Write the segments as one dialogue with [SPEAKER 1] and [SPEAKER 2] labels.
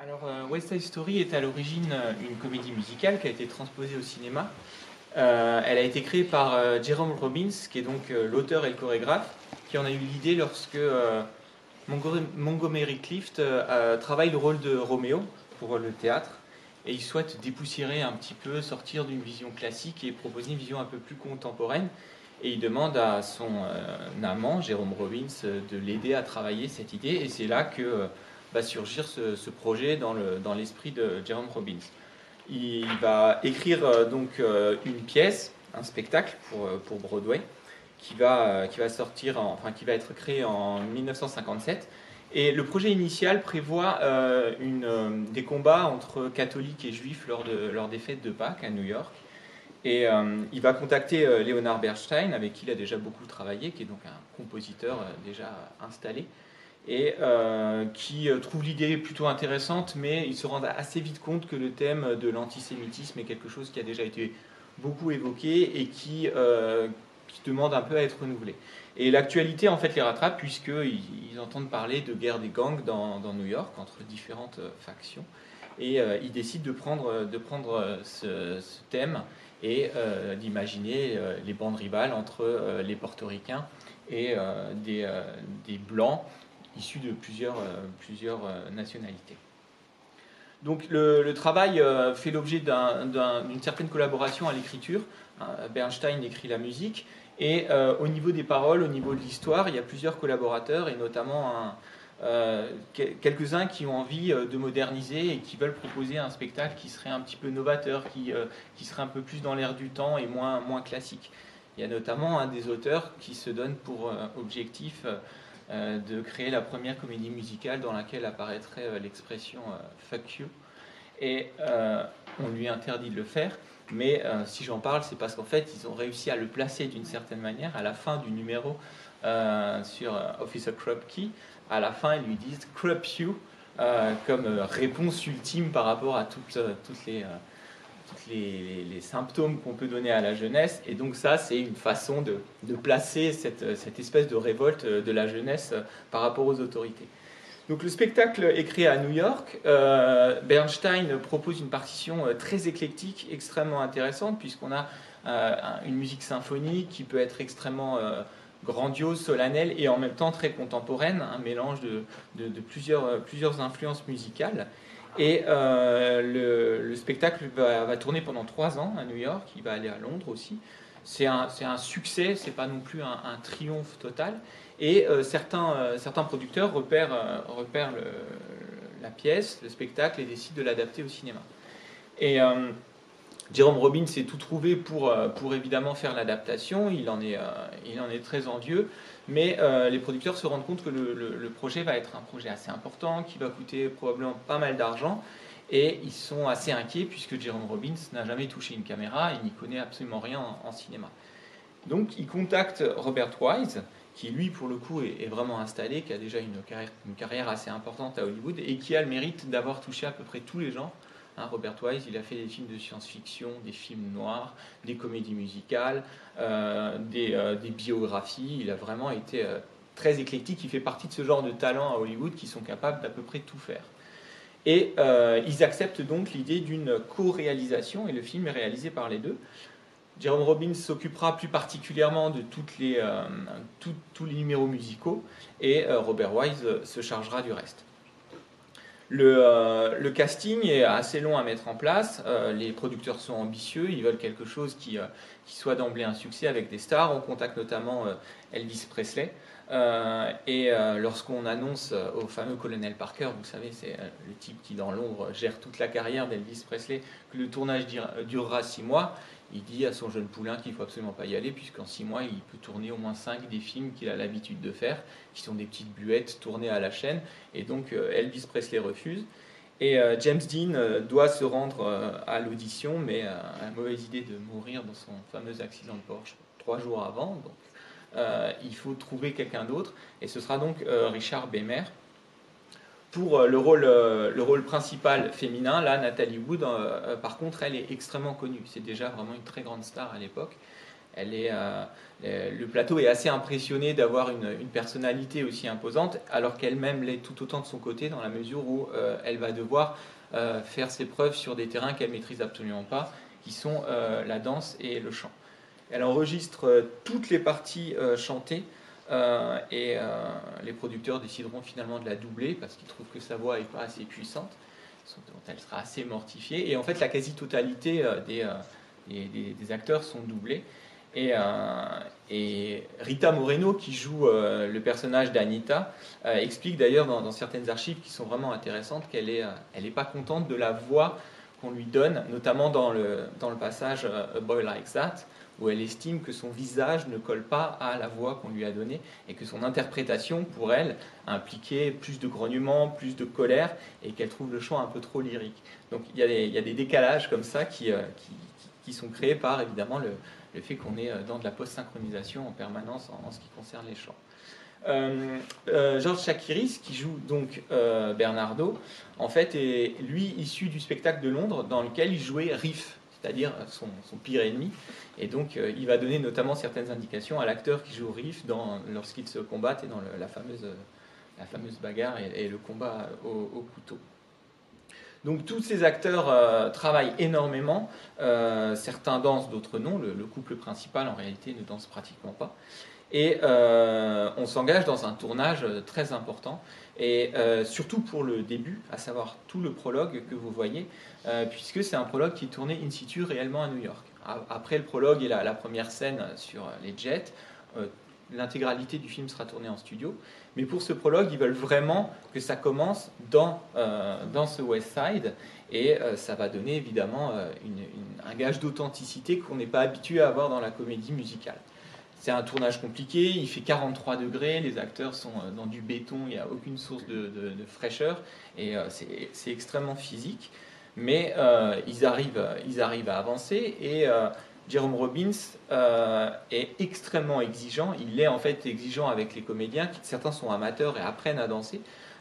[SPEAKER 1] West Side Story est à l'origine une comédie musicale qui a été transposée au cinéma. Elle a été créée par Jerome Robbins, qui est donc l'auteur et le chorégraphe, qui en a eu l'idée lorsque Montgomery Clift travaille le rôle de Roméo pour le théâtre. Et il souhaite dépoussiérer un petit peu, sortir d'une vision classique et proposer une vision un peu plus contemporaine. Et il demande à son amant, Jerome Robbins, de l'aider à travailler cette idée. Et c'est là que va surgir ce projet dans l'esprit de Jerome Robbins. Il va écrire une pièce, un spectacle pour Broadway, qui va qui va être créé en 1957. Et le projet initial prévoit des combats entre catholiques et juifs lors des fêtes de Pâques à New York. Et il va contacter Leonard Bernstein, avec qui il a déjà beaucoup travaillé, qui est donc un compositeur déjà installé, et qui trouve l'idée plutôt intéressante, mais il se rend assez vite compte que le thème de l'antisémitisme est quelque chose qui a déjà été beaucoup évoqué et qui demande un peu à être renouvelé. Et l'actualité en fait les rattrape, puisqu'ils entendent parler de guerre des gangs dans New York entre différentes factions, et ils décident de prendre ce thème et d'imaginer les bandes rivales entre les portoricains et des blancs issus de plusieurs nationalités. Donc le travail fait l'objet d'une certaine collaboration à l'écriture. Bernstein écrit la musique, et au niveau des paroles, au niveau de l'histoire, il y a plusieurs collaborateurs, et notamment quelques-uns qui ont envie de moderniser et qui veulent proposer un spectacle qui serait un petit peu novateur, qui serait un peu plus dans l'air du temps et moins classique. Il y a notamment un des auteurs qui se donne pour objectif de créer la première comédie musicale dans laquelle apparaîtrait l'expression fuck you. Et on lui interdit de le faire, mais si j'en parle, c'est parce qu'en fait, ils ont réussi à le placer d'une certaine manière à la fin du numéro sur Officer Krupke. À la fin, ils lui disent Krupp you comme réponse ultime par rapport à tous les symptômes qu'on peut donner à la jeunesse. Et donc ça, c'est une façon de placer cette espèce de révolte de la jeunesse par rapport aux autorités. Donc le spectacle est créé à New York. Bernstein propose une partition très éclectique, extrêmement intéressante, puisqu'on a une musique symphonique qui peut être extrêmement grandiose, solennelle et en même temps très contemporaine, un mélange de plusieurs influences musicales. Et le spectacle va tourner pendant 3 ans à New York. Il va aller à Londres aussi. C'est un succès, c'est pas non plus un triomphe total. Et certains producteurs repèrent la pièce, le spectacle, et décident de l'adapter au cinéma. Et Jerome Robbins s'est tout trouvé pour évidemment faire l'adaptation. Il en est très envieux. Mais les producteurs se rendent compte que le projet va être un projet assez important, qui va coûter probablement pas mal d'argent. Et ils sont assez inquiets, puisque Jerome Robbins n'a jamais touché une caméra et n'y connaît absolument rien en cinéma. Donc ils contactent Robert Wise, qui lui pour le coup est vraiment installé, qui a déjà une carrière assez importante à Hollywood et qui a le mérite d'avoir touché à peu près tous les genres. Robert Wise, il a fait des films de science-fiction, des films noirs, des comédies musicales, des biographies. Il a vraiment été très éclectique. Il fait partie de ce genre de talents à Hollywood qui sont capables d'à peu près tout faire. Et ils acceptent donc l'idée d'une co-réalisation, et le film est réalisé par les deux. Jerome Robbins s'occupera plus particulièrement de tous les numéros musicaux, et Robert Wise se chargera du reste. Le casting est assez long à mettre en place. Les producteurs sont ambitieux, ils veulent quelque chose qui soit d'emblée un succès avec des stars. On contacte notamment Elvis Presley. Lorsqu'on annonce au fameux colonel Parker, vous savez, c'est le type qui dans l'ombre gère toute la carrière d'Elvis Presley, que le tournage durera 6 mois, il dit à son jeune poulain qu'il ne faut absolument pas y aller, puisqu'en 6 mois, il peut tourner au moins 5 des films qu'il a l'habitude de faire, qui sont des petites buettes tournées à la chaîne. Et donc Elvis Presley refuse. Et James Dean doit se rendre à l'audition, mais a la mauvaise idée de mourir dans son fameux accident de Porsche 3 jours avant. Donc il faut trouver quelqu'un d'autre. Et ce sera donc Richard Beymer. Pour le rôle principal féminin, là, Natalie Wood, par contre, elle est extrêmement connue. C'est déjà vraiment une très grande star à l'époque. Le plateau est assez impressionné d'avoir une personnalité aussi imposante, alors qu'elle-même l'est tout autant de son côté, dans la mesure où elle va devoir faire ses preuves sur des terrains qu'elle maîtrise absolument pas, qui sont la danse et le chant. Elle enregistre toutes les parties chantées, et les producteurs décideront finalement de la doubler parce qu'ils trouvent que sa voix n'est pas assez puissante, donc elle sera assez mortifiée. Et en fait, la quasi-totalité des acteurs sont doublés. Et Rita Moreno, qui joue le personnage d'Anita, explique d'ailleurs dans certaines archives qui sont vraiment intéressantes qu'elle est pas contente de la voix qu'on lui donne, notamment dans le passage A Boy Like That, où elle estime que son visage ne colle pas à la voix qu'on lui a donnée et que son interprétation, pour elle, impliquait plus de grognements, plus de colère, et qu'elle trouve le chant un peu trop lyrique. Donc il y a des décalages comme ça qui sont créés par, évidemment, le fait qu'on est dans de la post-synchronisation en permanence en ce qui concerne les chants. Georges Chakiris, qui joue donc Bernardo, en fait est lui issu du spectacle de Londres dans lequel il jouait Riff, c'est-à-dire son pire ennemi, et donc il va donner notamment certaines indications à l'acteur qui joue Riff lorsqu'ils se combattent et dans la fameuse bagarre et le combat au couteau. Donc tous ces acteurs travaillent énormément, certains dansent, d'autres non, le couple principal en réalité ne danse pratiquement pas. Et on s'engage dans un tournage très important, et surtout pour le début, à savoir tout le prologue que vous voyez, puisque c'est un prologue qui est tourné in situ réellement à New York. Après le prologue et la première scène sur les jets, l'intégralité du film sera tournée en studio. Mais pour ce prologue, ils veulent vraiment que ça commence dans ce West Side, et ça va donner évidemment un gage d'authenticité qu'on n'est pas habitué à avoir dans la comédie musicale. C'est un tournage compliqué, il fait 43 degrés, les acteurs sont dans du béton, il n'y a aucune source de fraîcheur, et c'est extrêmement physique, mais ils arrivent à avancer, et Jerome Robbins est extrêmement exigeant. Il est en fait exigeant avec les comédiens, certains sont amateurs et apprennent à danser,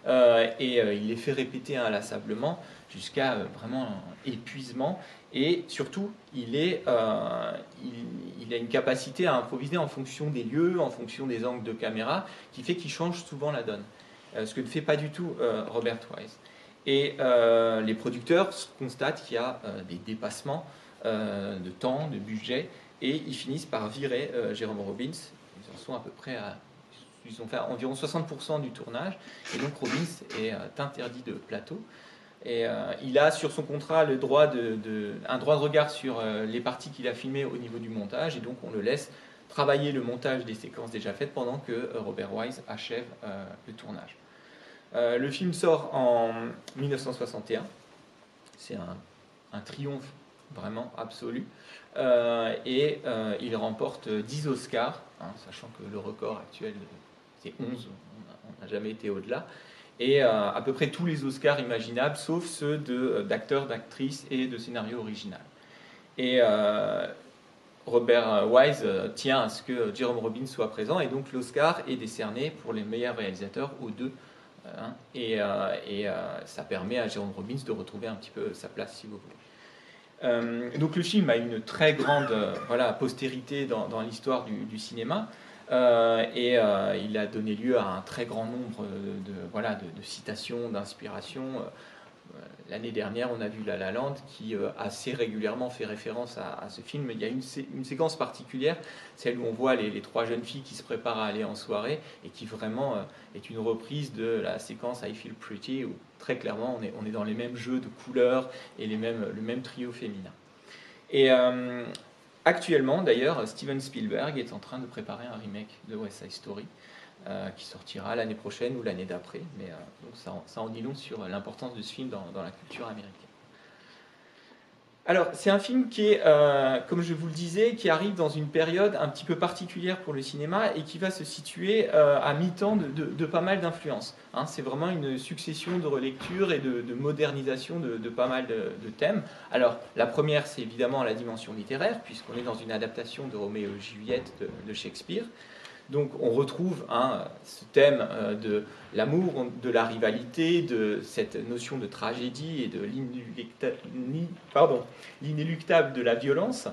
[SPEAKER 1] et il les fait répéter inlassablement jusqu'à vraiment épuisement. Et surtout, il a une capacité à improviser en fonction des lieux, en fonction des angles de caméra, qui fait qu'il change souvent la donne, ce que ne fait pas du tout Robert Wise. Et les producteurs constatent qu'il y a des dépassements de temps, de budget, et ils finissent par virer Jerome Robbins. Ils en sont à peu près ils ont fait environ 60% du tournage, et donc Robbins est interdit de plateau. Et il a sur son contrat un droit de regard sur les parties qu'il a filmées au niveau du montage, et donc on le laisse travailler le montage des séquences déjà faites pendant que Robert Wise achève le tournage. Le film sort en 1961, c'est un triomphe vraiment absolu, et il remporte 10 Oscars, sachant que le record actuel c'est 11, on n'a jamais été au-delà, et à peu près tous les Oscars imaginables, sauf ceux d'acteurs, d'actrices et de scénario original. Et Robert Wise tient à ce que Jerome Robbins soit présent, et donc l'Oscar est décerné pour les meilleurs réalisateurs aux deux. Et ça permet à Jerome Robbins de retrouver un petit peu sa place, si vous voulez. Donc le film a une très grande postérité dans l'histoire du cinéma. Et il a donné lieu à un très grand nombre de citations, d'inspirations. L'année dernière, on a vu La La Land qui assez régulièrement fait référence à ce film. Il y a une séquence particulière, celle où on voit les trois jeunes filles qui se préparent à aller en soirée, et qui vraiment est une reprise de la séquence I Feel Pretty, où très clairement on est dans les mêmes jeux de couleurs et le même trio féminin. Et actuellement, d'ailleurs, Steven Spielberg est en train de préparer un remake de West Side Story qui sortira l'année prochaine ou l'année d'après. Mais donc ça en dit long sur l'importance de ce film dans la culture américaine. Alors, c'est un film qui est, comme je vous le disais, qui arrive dans une période un petit peu particulière pour le cinéma et qui va se situer à mi-temps de pas mal d'influences. C'est vraiment une succession de relectures et de modernisation de pas mal de thèmes. Alors, la première, c'est évidemment la dimension littéraire, puisqu'on est dans une adaptation de Roméo et Juliette de Shakespeare. Donc on retrouve ce thème de l'amour, de la rivalité, de cette notion de tragédie et de l'inéluctable de la violence,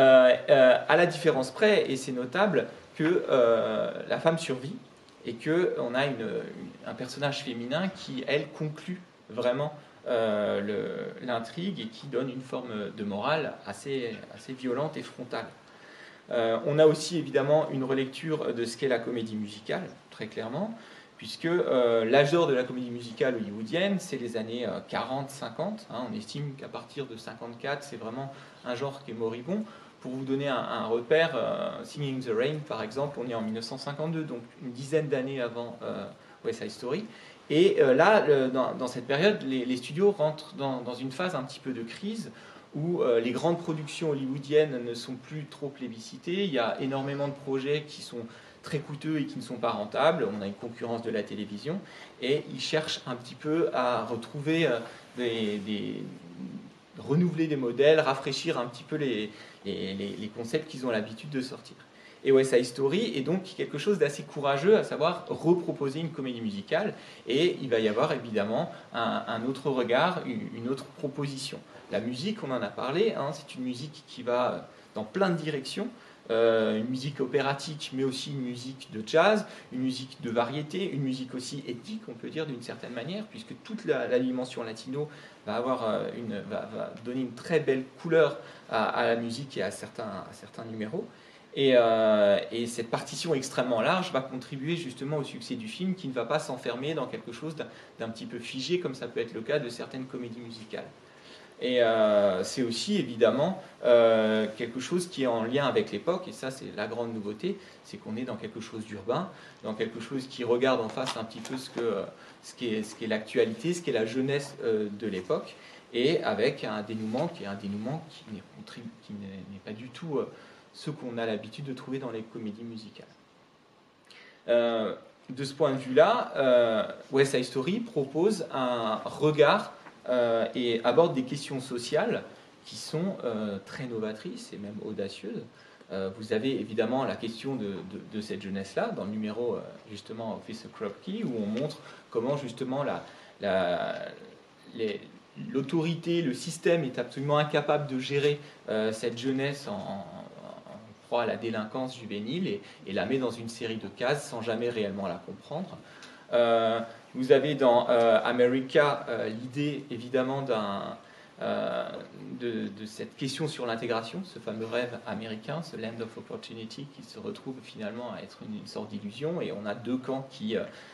[SPEAKER 1] à la différence près, et c'est notable, que la femme survit et qu'on a un personnage féminin qui, elle, conclut vraiment l'intrigue et qui donne une forme de morale assez violente et frontale. On a aussi évidemment une relecture de ce qu'est la comédie musicale, très clairement, puisque l'âge d'or de la comédie musicale hollywoodienne, c'est les années 40-50. On estime qu'à partir de 54, c'est vraiment un genre qui est moribond. Pour vous donner un repère, Singing in the Rain, par exemple, on est en 1952, donc une dizaine d'années avant West Side Story. Et là, dans cette période, les studios rentrent dans une phase un petit peu de crise, où les grandes productions hollywoodiennes ne sont plus trop plébiscitées. Il y a énormément de projets qui sont très coûteux et qui ne sont pas rentables. On a une concurrence de la télévision. Et ils cherchent un petit peu à retrouver renouveler des modèles, rafraîchir un petit peu les concepts qu'ils ont l'habitude de sortir. Et West Side Story est donc quelque chose d'assez courageux, à savoir reproposer une comédie musicale. Et il va y avoir évidemment un autre regard, une autre proposition. La musique, on en a parlé, c'est une musique qui va dans plein de directions. Une musique opératique, mais aussi une musique de jazz, une musique de variété, une musique aussi ethnique, on peut dire d'une certaine manière, puisque toute la dimension latino va donner une très belle couleur à la musique et à certains numéros. Et cette partition extrêmement large va contribuer justement au succès du film, qui ne va pas s'enfermer dans quelque chose d'un petit peu figé, comme ça peut être le cas de certaines comédies musicales. Et c'est aussi évidemment quelque chose qui est en lien avec l'époque, et ça c'est la grande nouveauté, c'est qu'on est dans quelque chose d'urbain, dans quelque chose qui regarde en face un petit peu ce qu'est l'actualité, ce qu'est la jeunesse de l'époque, et avec un dénouement qui n'est pas du tout ce qu'on a l'habitude de trouver dans les comédies musicales. De ce point de vue-là, West Side Story propose un regard et aborde des questions sociales qui sont très novatrices et même audacieuses. Vous avez évidemment la question de cette jeunesse-là, dans le numéro justement Officer Krupke, où on montre comment justement l'autorité, le système est absolument incapable de gérer cette jeunesse en proie à la délinquance juvénile et la met dans une série de cases sans jamais réellement la comprendre. Vous avez dans America l'idée évidemment de cette question sur l'intégration, ce fameux rêve américain, ce land of opportunity qui se retrouve finalement à être une sorte d'illusion, et on a deux camps qui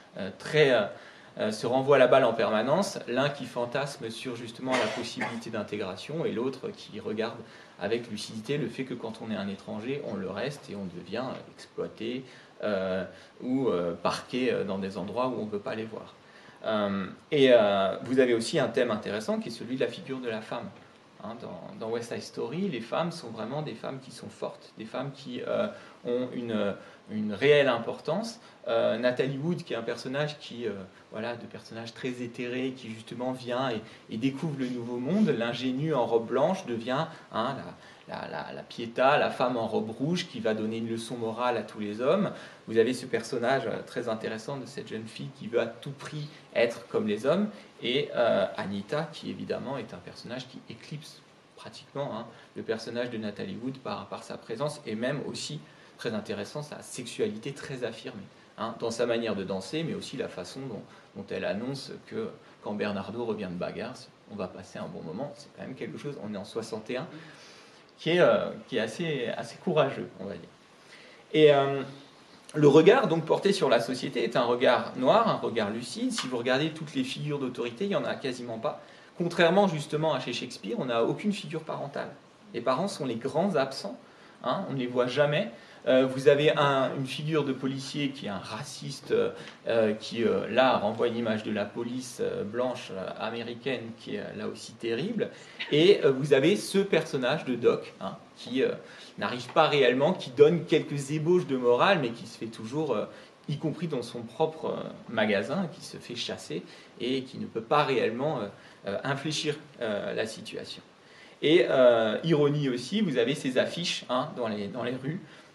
[SPEAKER 1] se renvoient la balle en permanence, l'un qui fantasme sur justement la possibilité d'intégration et l'autre qui regarde avec lucidité le fait que quand on est un étranger, on le reste et on devient exploité ou parqué dans des endroits où on ne veut pas les voir. Vous avez aussi un thème intéressant qui est celui de la figure de la femme. Dans West Side Story, les femmes sont vraiment des femmes qui sont fortes, des femmes qui ont une réelle importance. Natalie Wood, qui est un personnage de personnage très éthéré, qui justement vient et découvre le nouveau monde. L'ingénue en robe blanche devient la Pietà, la femme en robe rouge, qui va donner une leçon morale à tous les hommes. Vous avez ce personnage très intéressant de cette jeune fille qui veut à tout prix être comme les hommes, et Anita, qui évidemment est un personnage qui éclipse pratiquement le personnage de Natalie Wood par sa présence, et même aussi, très intéressant, sa sexualité très affirmée, dans sa manière de danser, mais aussi la façon dont elle annonce que quand Bernardo revient de bagarre, on va passer un bon moment. C'est quand même quelque chose, on est en 61, qui est assez courageux, on va dire. Et le regard donc porté sur la société est un regard noir, un regard lucide. Si vous regardez toutes les figures d'autorité, il n'y en a quasiment pas. Contrairement justement à chez Shakespeare, on n'a aucune figure parentale. Les parents sont les grands absents, on ne les voit jamais. Vous avez une figure de policier qui est un raciste, qui là renvoie une image de la police blanche américaine qui est là aussi terrible. Et vous avez ce personnage de Doc qui n'arrive pas réellement, qui donne quelques ébauches de morale, mais qui se fait toujours, y compris dans son propre magasin, qui se fait chasser et qui ne peut pas réellement infléchir la situation. Et ironie aussi, vous avez ces affiches dans les rues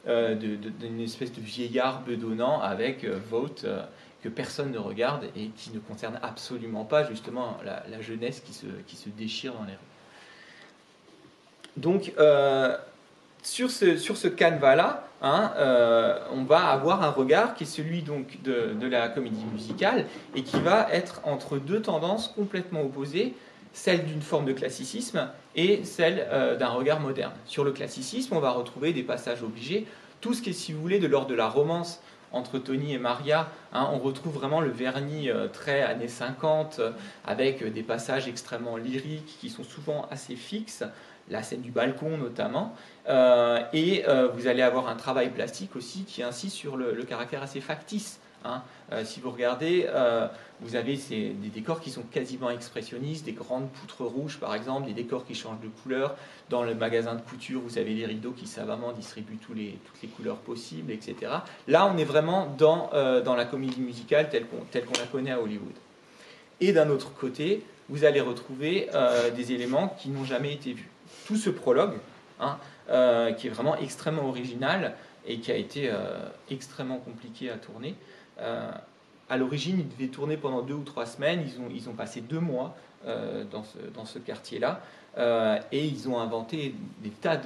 [SPEAKER 1] d'une espèce de vieillard bedonnant avec Vote que personne ne regarde et qui ne concerne absolument pas justement la jeunesse qui se déchire dans les rues. Donc, sur ce canevas-là, on va avoir un regard qui est celui donc de la comédie musicale et qui va être entre deux tendances complètement opposées, celle d'une forme de classicisme et celle d'un regard moderne. Sur le classicisme, on va retrouver des passages obligés, tout ce qui est, si vous voulez, de l'ordre de la romance entre Tony et Maria. On retrouve vraiment le vernis très années 50, avec des passages extrêmement lyriques qui sont souvent assez fixes, la scène du balcon notamment, et vous allez avoir un travail plastique aussi qui insiste sur le caractère assez factice. Si vous regardez, vous avez des décors qui sont quasiment expressionnistes, des grandes poutres rouges par exemple, des décors qui changent de couleur. Dans le magasin de couture, vous avez les rideaux qui savamment distribuent toutes les couleurs possibles, etc. Là, on est vraiment dans la comédie musicale telle qu'on la connaît à Hollywood. Et d'un autre côté, vous allez retrouver des éléments qui n'ont jamais été vus. Tout ce prologue, qui est vraiment extrêmement original et qui a été extrêmement compliqué à tourner. À l'origine, ils devaient tourner pendant 2 ou 3 semaines. Ils ont passé 2 mois dans ce quartier-là et ils ont inventé des tas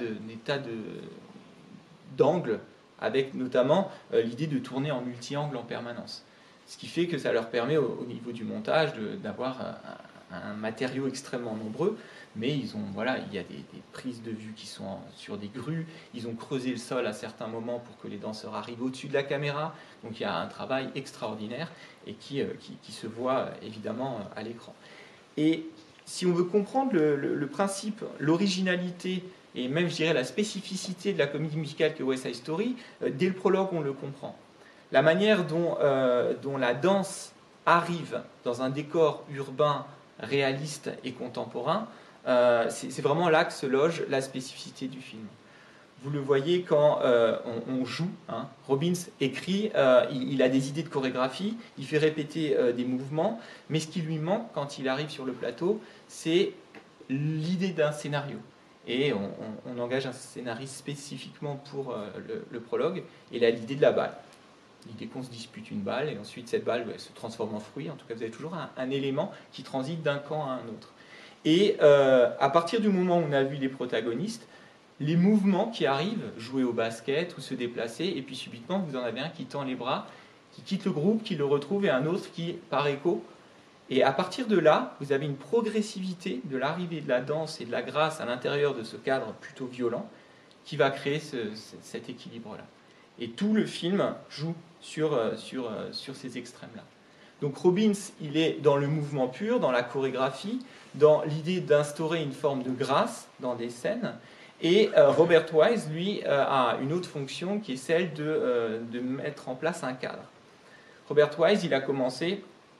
[SPEAKER 1] d'angles, avec notamment l'idée de tourner en multi-angle en permanence. Ce qui fait que ça leur permet au niveau du montage d'avoir un matériau extrêmement nombreux, mais il y a des prises de vue qui sont sur des grues, ils ont creusé le sol à certains moments pour que les danseurs arrivent au-dessus de la caméra, donc il y a un travail extraordinaire et qui se voit évidemment à l'écran. Et si on veut comprendre le principe, l'originalité et même je dirais la spécificité de la comédie musicale que West Side Story, dès le prologue on le comprend. La manière dont la danse arrive dans un décor urbain réaliste et contemporain, c'est vraiment là que se loge la spécificité du film. Vous le voyez quand on joue. Robbins écrit, il a des idées de chorégraphie, il fait répéter des mouvements, mais ce qui lui manque quand il arrive sur le plateau, c'est l'idée d'un scénario. Et on engage un scénariste spécifiquement pour le prologue, et il a l'idée de la balle. L'idée qu'on se dispute une balle, et ensuite cette balle se transforme en fruit. En tout cas, vous avez toujours un élément qui transite d'un camp à un autre. Et à partir du moment où on a vu les protagonistes, les mouvements qui arrivent, jouer au basket ou se déplacer, et puis subitement vous en avez un qui tend les bras, qui quitte le groupe, qui le retrouve, et un autre qui, par écho. Et à partir de là, vous avez une progressivité de l'arrivée de la danse et de la grâce à l'intérieur de ce cadre plutôt violent qui va créer cet équilibre-là. Et tout le film joue sur ces extrêmes-là. Donc Robbins, il est dans le mouvement pur, dans la chorégraphie, dans l'idée d'instaurer une forme de grâce dans des scènes. Et Robert Wise, lui, a une autre fonction qui est celle de mettre en place un cadre. Robert Wise, il a commencé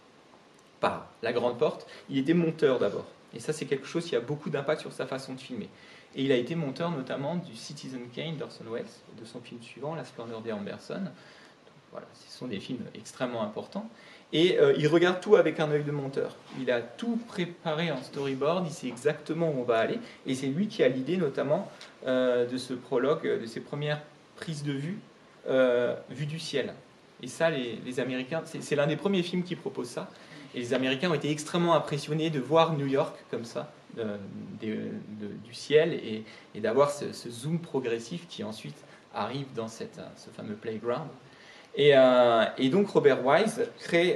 [SPEAKER 1] par la grande porte. Il était monteur d'abord. Et ça, c'est quelque chose qui a beaucoup d'impact sur sa façon de filmer. Et il a été monteur notamment du Citizen Kane d'Orson Welles, de son film suivant, La splendeur des Amberson. Donc, voilà, ce sont des films extrêmement importants. Et il regarde tout avec un œil de monteur. Il a tout préparé en storyboard, il sait exactement où on va aller. Et c'est lui qui a l'idée notamment de ce prologue, de ses premières prises de vue du ciel. Et ça, les Américains, c'est l'un des premiers films qui propose ça. Et les Américains ont été extrêmement impressionnés de voir New York comme ça, du ciel, et d'avoir ce zoom progressif qui ensuite arrive dans ce fameux playground. Et donc Robert Wise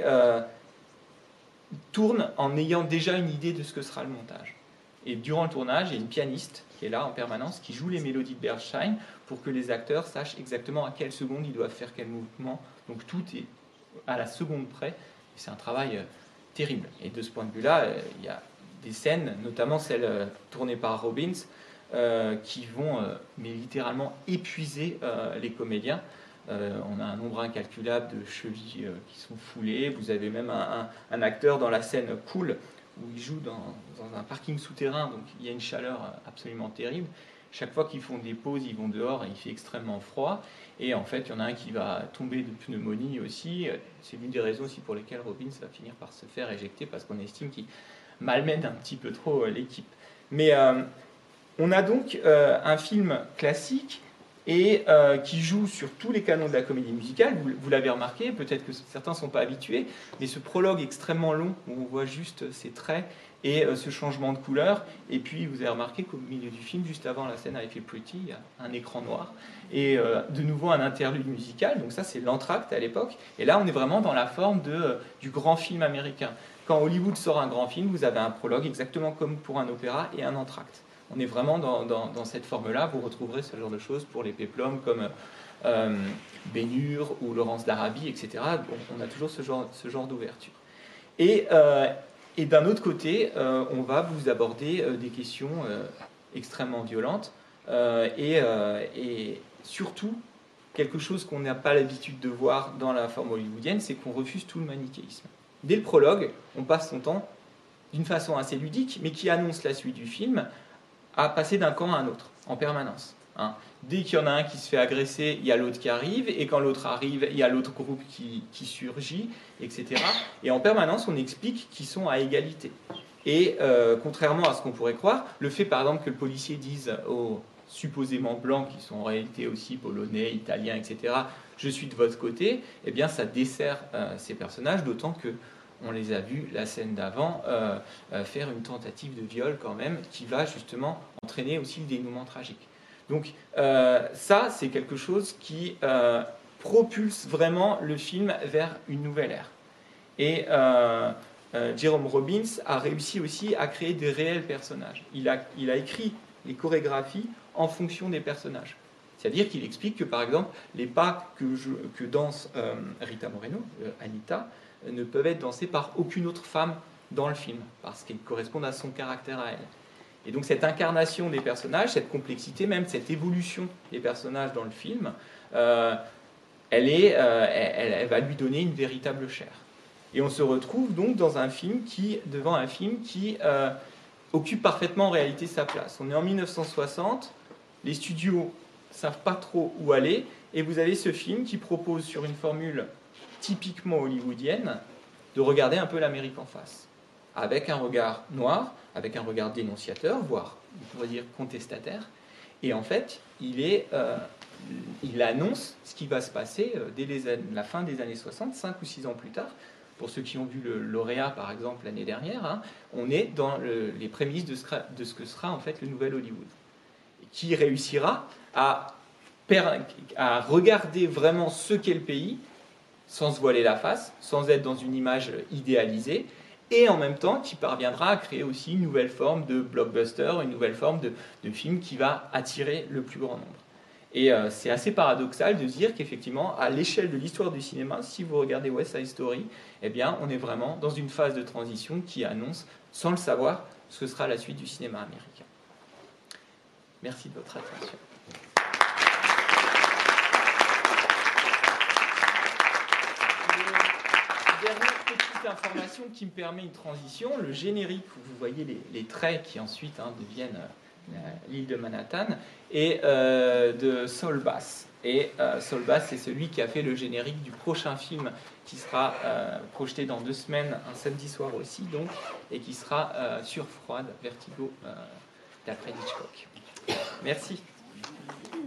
[SPEAKER 1] tourne en ayant déjà une idée de ce que sera le montage. Et durant le tournage, il y a une pianiste qui est là en permanence, qui joue les mélodies de Bernstein pour que les acteurs sachent exactement à quelle seconde ils doivent faire quel mouvement. Donc tout est à la seconde près. C'est un travail terrible. Et de ce point de vue-là, il y a des scènes, notamment celles tournées par Robbins, qui vont mais littéralement épuiser les comédiens. On a un nombre incalculable de chevilles qui sont foulées. Vous avez même un acteur dans la scène Cool, où il joue dans un parking souterrain, donc il y a une chaleur absolument terrible. Chaque fois qu'ils font des pauses, ils vont dehors et il fait extrêmement froid. Et en fait, il y en a un qui va tomber de pneumonie aussi. C'est l'une des raisons aussi pour lesquelles Robbins va finir par se faire éjecter, parce qu'on estime qu'il malmène un petit peu trop l'équipe. Mais on a donc un film classique, et qui joue sur tous les canons de la comédie musicale. Vous l'avez remarqué, peut-être que certains ne sont pas habitués, mais ce prologue extrêmement long, où on voit juste ces traits et ce changement de couleur, et puis vous avez remarqué qu'au milieu du film, juste avant la scène avec les Pretty, il y a un écran noir, et de nouveau un interlude musical, donc ça c'est l'entracte à l'époque, et là on est vraiment dans la forme du grand film américain. Quand Hollywood sort un grand film, vous avez un prologue exactement comme pour un opéra et un entracte. On est vraiment dans cette forme-là. Vous retrouverez ce genre de choses pour les péplums comme Ben-Hur ou Laurence d'Arabie, etc. Donc, on a toujours ce genre d'ouverture. Et d'un autre côté, on va vous aborder des questions extrêmement violentes et surtout, quelque chose qu'on n'a pas l'habitude de voir dans la forme hollywoodienne, c'est qu'on refuse tout le manichéisme. Dès le prologue, on passe son temps d'une façon assez ludique, mais qui annonce la suite du film, à passer d'un camp à un autre, en permanence. Hein. Dès qu'il y en a un qui se fait agresser, il y a l'autre qui arrive, et quand l'autre arrive, il y a l'autre groupe qui surgit, etc. Et en permanence, on explique qu'ils sont à égalité. Et contrairement à ce qu'on pourrait croire, le fait par exemple que le policier dise aux supposément blancs, qui sont en réalité aussi polonais, italiens, etc., je suis de votre côté, eh bien ça dessert ces personnages, d'autant que on les a vus, la scène d'avant, faire une tentative de viol quand même, qui va justement entraîner aussi le dénouement tragique. Donc ça, c'est quelque chose qui propulse vraiment le film vers une nouvelle ère. Et Jerome Robbins a réussi aussi à créer des réels personnages. Il a écrit les chorégraphies en fonction des personnages. C'est-à-dire qu'il explique que, par exemple, les pas que danse Rita Moreno, Anita, ne peuvent être dansés par aucune autre femme dans le film, parce qu'ils correspondent à son caractère à elle. Et donc cette incarnation des personnages, cette complexité, même cette évolution des personnages dans le film, elle va lui donner une véritable chair. Et on se retrouve donc devant un film qui occupe parfaitement en réalité sa place. On est en 1960, les studios ne savent pas trop où aller, et vous avez ce film qui propose sur une formule typiquement hollywoodienne de regarder un peu l'Amérique en face, avec un regard noir, avec un regard dénonciateur, voire on pourrait dire contestataire, et en fait il annonce ce qui va se passer dès la fin des années 60, 5 ou 6 ans plus tard. Pour ceux qui ont vu le lauréat par exemple l'année dernière, hein, on est dans les prémices de ce que sera en fait le nouvel Hollywood, qui réussira à regarder vraiment ce qu'est le pays, sans se voiler la face, sans être dans une image idéalisée, et en même temps qui parviendra à créer aussi une nouvelle forme de blockbuster, une nouvelle forme de film qui va attirer le plus grand nombre. Et c'est assez paradoxal de se dire qu'effectivement, à l'échelle de l'histoire du cinéma, si vous regardez West Side Story, eh bien, on est vraiment dans une phase de transition qui annonce, sans le savoir, ce que sera la suite du cinéma américain. Merci de votre attention. Dernière petite information qui me permet une transition, le générique où vous voyez les traits qui ensuite deviennent l'île de Manhattan, et de Saul Bass. Et Saul Bass, c'est celui qui a fait le générique du prochain film qui sera projeté dans 2 semaines, un samedi soir aussi, donc, et qui sera sur Froide, Vertigo, d'après Hitchcock. Merci.